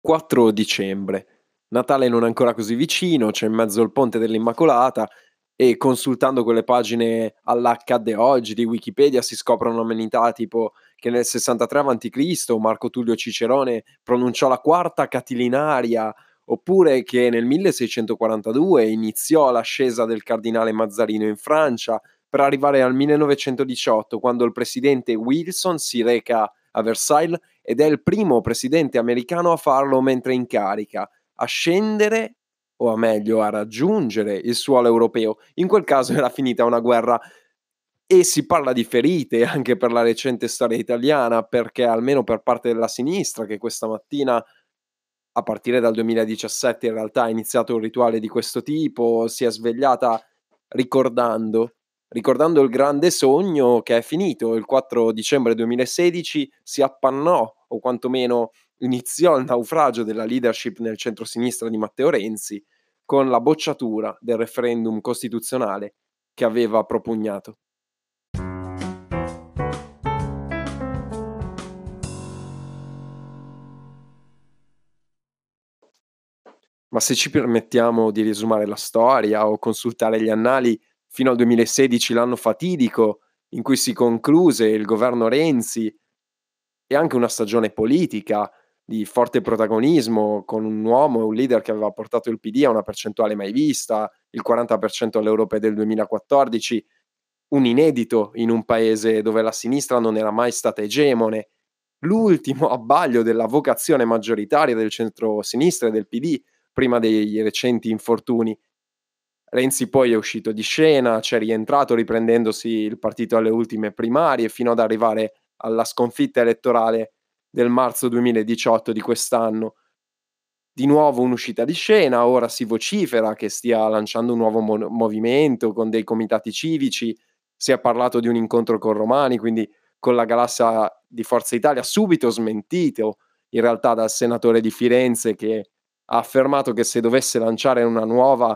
4 dicembre. Natale non è ancora così vicino, c'è in mezzo il ponte dell'Immacolata e consultando quelle pagine all'accadde oggi di Wikipedia si scoprono amenità tipo che nel 63 avanti Cristo Marco Tullio Cicerone pronunciò la quarta Catilinaria, oppure che nel 1642 iniziò l'ascesa del cardinale Mazzarino in Francia, per arrivare al 1918 quando il presidente Wilson si reca a Versailles ed è il primo presidente americano a farlo mentre in carica, a scendere o a meglio a raggiungere il suolo europeo. In quel caso era finita una guerra e si parla di ferite anche per la recente storia italiana, perché almeno per parte della sinistra che questa mattina, a partire dal 2017 in realtà, ha iniziato un rituale di questo tipo, si è svegliata ricordando ricordando il grande sogno che è finito. Il 4 dicembre 2016 si appannò, o quantomeno iniziò il naufragio della leadership nel centrosinistra di Matteo Renzi, con la bocciatura del referendum costituzionale che aveva propugnato. Ma se ci permettiamo di riesumare la storia o consultare gli annali, fino al 2016, l'anno fatidico in cui si concluse il governo Renzi, e anche una stagione politica di forte protagonismo, con un uomo e un leader che aveva portato il PD a una percentuale mai vista, il 40% alle europee del 2014, un inedito in un paese dove la sinistra non era mai stata egemone, l'ultimo abbaglio della vocazione maggioritaria del centro-sinistra e del PD prima dei recenti infortuni. Renzi poi è uscito di scena, c'è rientrato riprendendosi il partito alle ultime primarie, fino ad arrivare alla sconfitta elettorale del marzo 2018 di quest'anno. Di nuovo un'uscita di scena, ora si vocifera che stia lanciando un nuovo movimento con dei comitati civici, si è parlato di un incontro con Romani, quindi con la galassia di Forza Italia, subito smentito in realtà dal senatore di Firenze, che ha affermato che se dovesse lanciare una nuova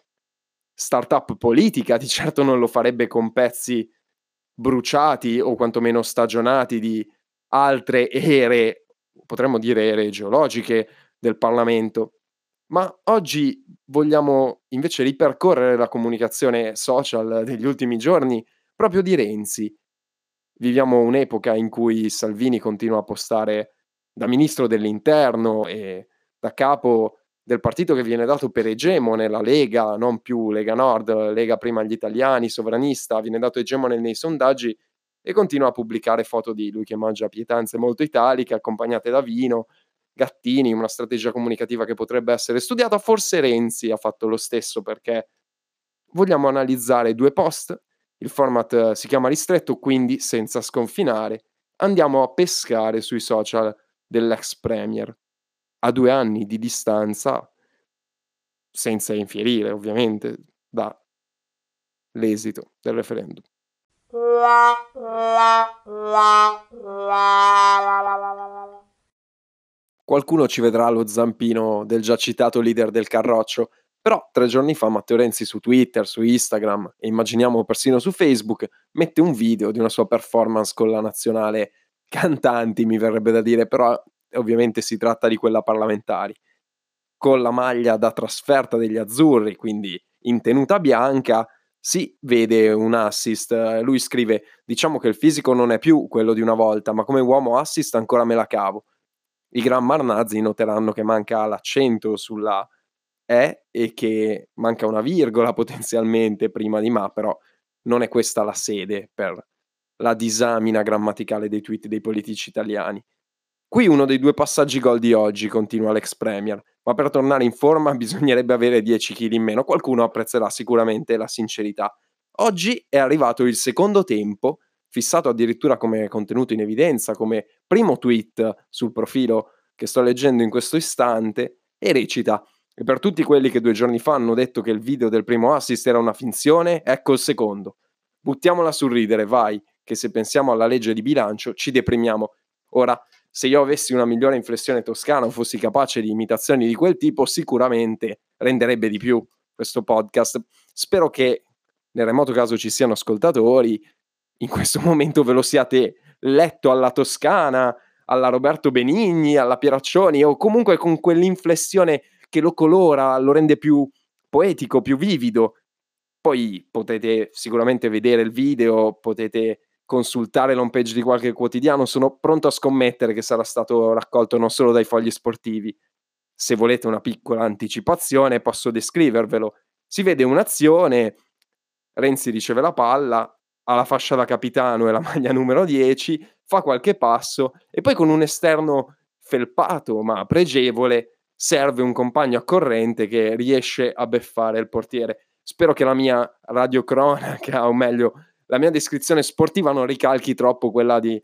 startup politica di certo non lo farebbe con pezzi bruciati o quantomeno stagionati di altre ere, potremmo dire ere geologiche del Parlamento. Ma oggi vogliamo invece ripercorrere la comunicazione social degli ultimi giorni proprio di Renzi. Viviamo un'epoca in cui Salvini continua a postare da ministro dell'interno e da capo del partito che viene dato per egemone, la Lega, non più Lega Nord, Lega prima gli italiani, sovranista, viene dato egemone nei sondaggi e continua a pubblicare foto di lui che mangia pietanze molto italiche, accompagnate da vino, gattini, una strategia comunicativa che potrebbe essere studiata. Forse Renzi ha fatto lo stesso, perché vogliamo analizzare 2 post, il format si chiama ristretto, quindi senza sconfinare, andiamo a pescare sui social dell'ex premier, a 2 anni di distanza, senza infierire ovviamente dall'esito del referendum. Qualcuno ci vedrà allo zampino del già citato leader del Carroccio, però 3 giorni fa Matteo Renzi su Twitter, su Instagram e immaginiamo persino su Facebook, mette un video di una sua performance con la nazionale cantanti, mi verrebbe da dire, però ovviamente si tratta di quella parlamentari, con la maglia da trasferta degli azzurri, quindi in tenuta bianca, si vede un assist. Lui scrive: "Diciamo che il fisico non è più quello di una volta, ma come uomo assist ancora me la cavo". I gran marnazzi noteranno che manca l'accento sulla e che manca una virgola potenzialmente prima di ma, però non è questa la sede per la disamina grammaticale dei tweet dei politici italiani. Qui uno dei 2 passaggi gol di oggi, continua l'ex premier, ma per tornare in forma bisognerebbe avere 10 chili in meno. Qualcuno apprezzerà sicuramente la sincerità. Oggi è arrivato il secondo tempo, fissato addirittura come contenuto in evidenza, come primo tweet sul profilo che sto leggendo in questo istante, e recita: "E per tutti quelli che 2 giorni fa hanno detto che il video del primo assist era una finzione, ecco il secondo. Buttiamola sul ridere, vai, che se pensiamo alla legge di bilancio ci deprimiamo". Ora, se io avessi una migliore inflessione toscana o fossi capace di imitazioni di quel tipo, sicuramente renderebbe di più questo podcast. Spero che, nel remoto caso ci siano ascoltatori, in questo momento ve lo siate letto alla toscana, alla Roberto Benigni, alla Pieraccioni, o comunque con quell'inflessione che lo colora, lo rende più poetico, più vivido. Poi potete sicuramente vedere il video, potete consultare l'home page di qualche quotidiano, sono pronto a scommettere che sarà stato raccolto non solo dai fogli sportivi. Se volete una piccola anticipazione posso descrivervelo. Si vede un'azione, Renzi riceve la palla, ha la fascia da capitano e la maglia numero 10, fa qualche passo e poi con un esterno felpato ma pregevole serve un compagno accorrente che riesce a beffare il portiere. Spero che la mia radiocronaca, o meglio la mia descrizione sportiva non ricalchi troppo quella di,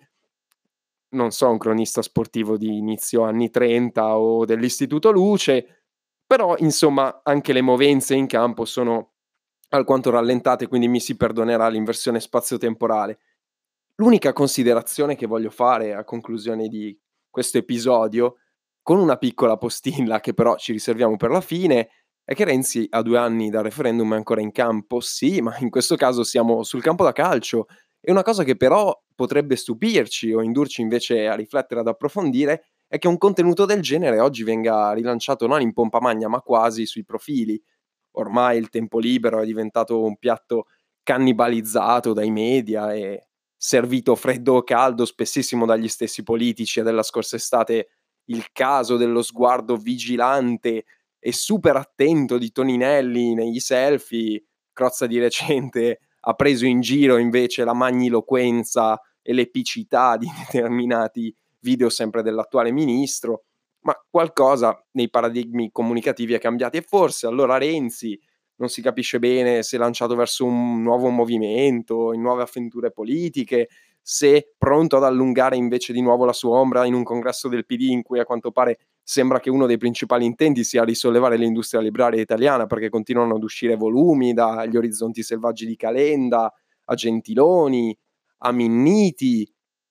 non so, un cronista sportivo di inizio anni '30 o dell'Istituto Luce, però insomma anche le movenze in campo sono alquanto rallentate, quindi mi si perdonerà l'inversione spazio-temporale. L'unica considerazione che voglio fare a conclusione di questo episodio, con una piccola postilla che però ci riserviamo per la fine, è che Renzi a 2 anni dal referendum è ancora in campo. Sì, ma in questo caso siamo sul campo da calcio e una cosa che però potrebbe stupirci o indurci invece a riflettere, ad approfondire, è che un contenuto del genere oggi venga rilanciato non in pompa magna, ma quasi sui profili. Ormai il tempo libero è diventato un piatto cannibalizzato dai media e servito freddo o caldo spessissimo dagli stessi politici. E della scorsa estate il caso dello sguardo vigilante e super attento di Toninelli negli selfie. Crozza di recente ha preso in giro invece la magniloquenza e l'epicità di determinati video sempre dell'attuale ministro, ma qualcosa nei paradigmi comunicativi è cambiato e forse allora Renzi non si capisce bene se è lanciato verso un nuovo movimento, in nuove avventure politiche, se pronto ad allungare invece di nuovo la sua ombra in un congresso del PD in cui a quanto pare sembra che uno dei principali intenti sia risollevare l'industria libraria italiana, perché continuano ad uscire volumi dagli Orizzonti Selvaggi di Calenda a Gentiloni, a Minniti.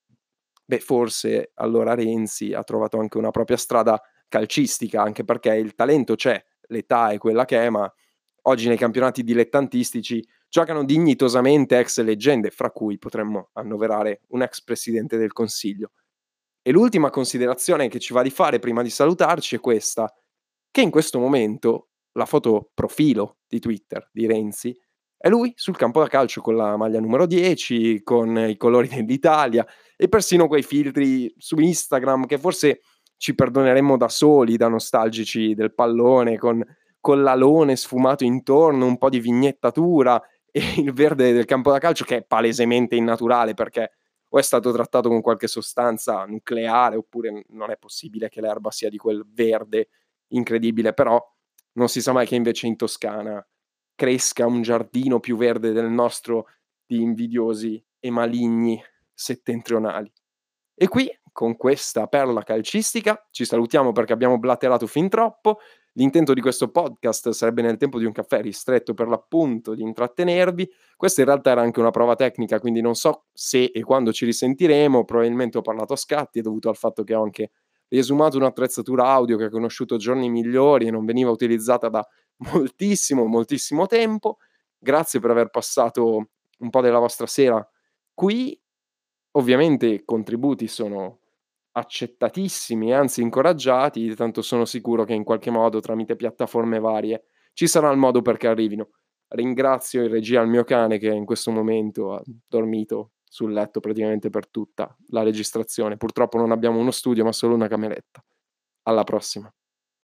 Beh, forse allora Renzi ha trovato anche una propria strada calcistica, anche perché il talento c'è, l'età è quella che è, ma oggi nei campionati dilettantistici giocano dignitosamente ex leggende, fra cui potremmo annoverare un ex presidente del Consiglio. E l'ultima considerazione che ci va di fare prima di salutarci è questa: che in questo momento la foto profilo di Twitter di Renzi è lui sul campo da calcio con la maglia numero 10, con i colori dell'Italia e persino quei filtri su Instagram che forse ci perdoneremmo da soli, da nostalgici del pallone, con l'alone sfumato intorno, un po' di vignettatura e il verde del campo da calcio che è palesemente innaturale perché o è stato trattato con qualche sostanza nucleare oppure non è possibile che l'erba sia di quel verde incredibile, però non si sa mai che invece in Toscana cresca un giardino più verde del nostro di invidiosi e maligni settentrionali. E qui, con questa perla calcistica, ci salutiamo perché abbiamo blatterato fin troppo. L'intento di questo podcast sarebbe nel tempo di un caffè ristretto per l'appunto di intrattenervi. Questa in realtà era anche una prova tecnica, quindi non so se e quando ci risentiremo. Probabilmente ho parlato a scatti, è dovuto al fatto che ho anche riesumato un'attrezzatura audio che ha conosciuto giorni migliori e non veniva utilizzata da moltissimo, moltissimo tempo. Grazie per aver passato un po' della vostra sera qui. Ovviamente i contributi sono accettatissimi e anzi incoraggiati, tanto sono sicuro che in qualche modo tramite piattaforme varie ci sarà il modo perché arrivino. Ringrazio in regia il mio cane che in questo momento ha dormito sul letto praticamente per tutta la registrazione. Purtroppo non abbiamo uno studio, ma solo una cameretta. Alla prossima.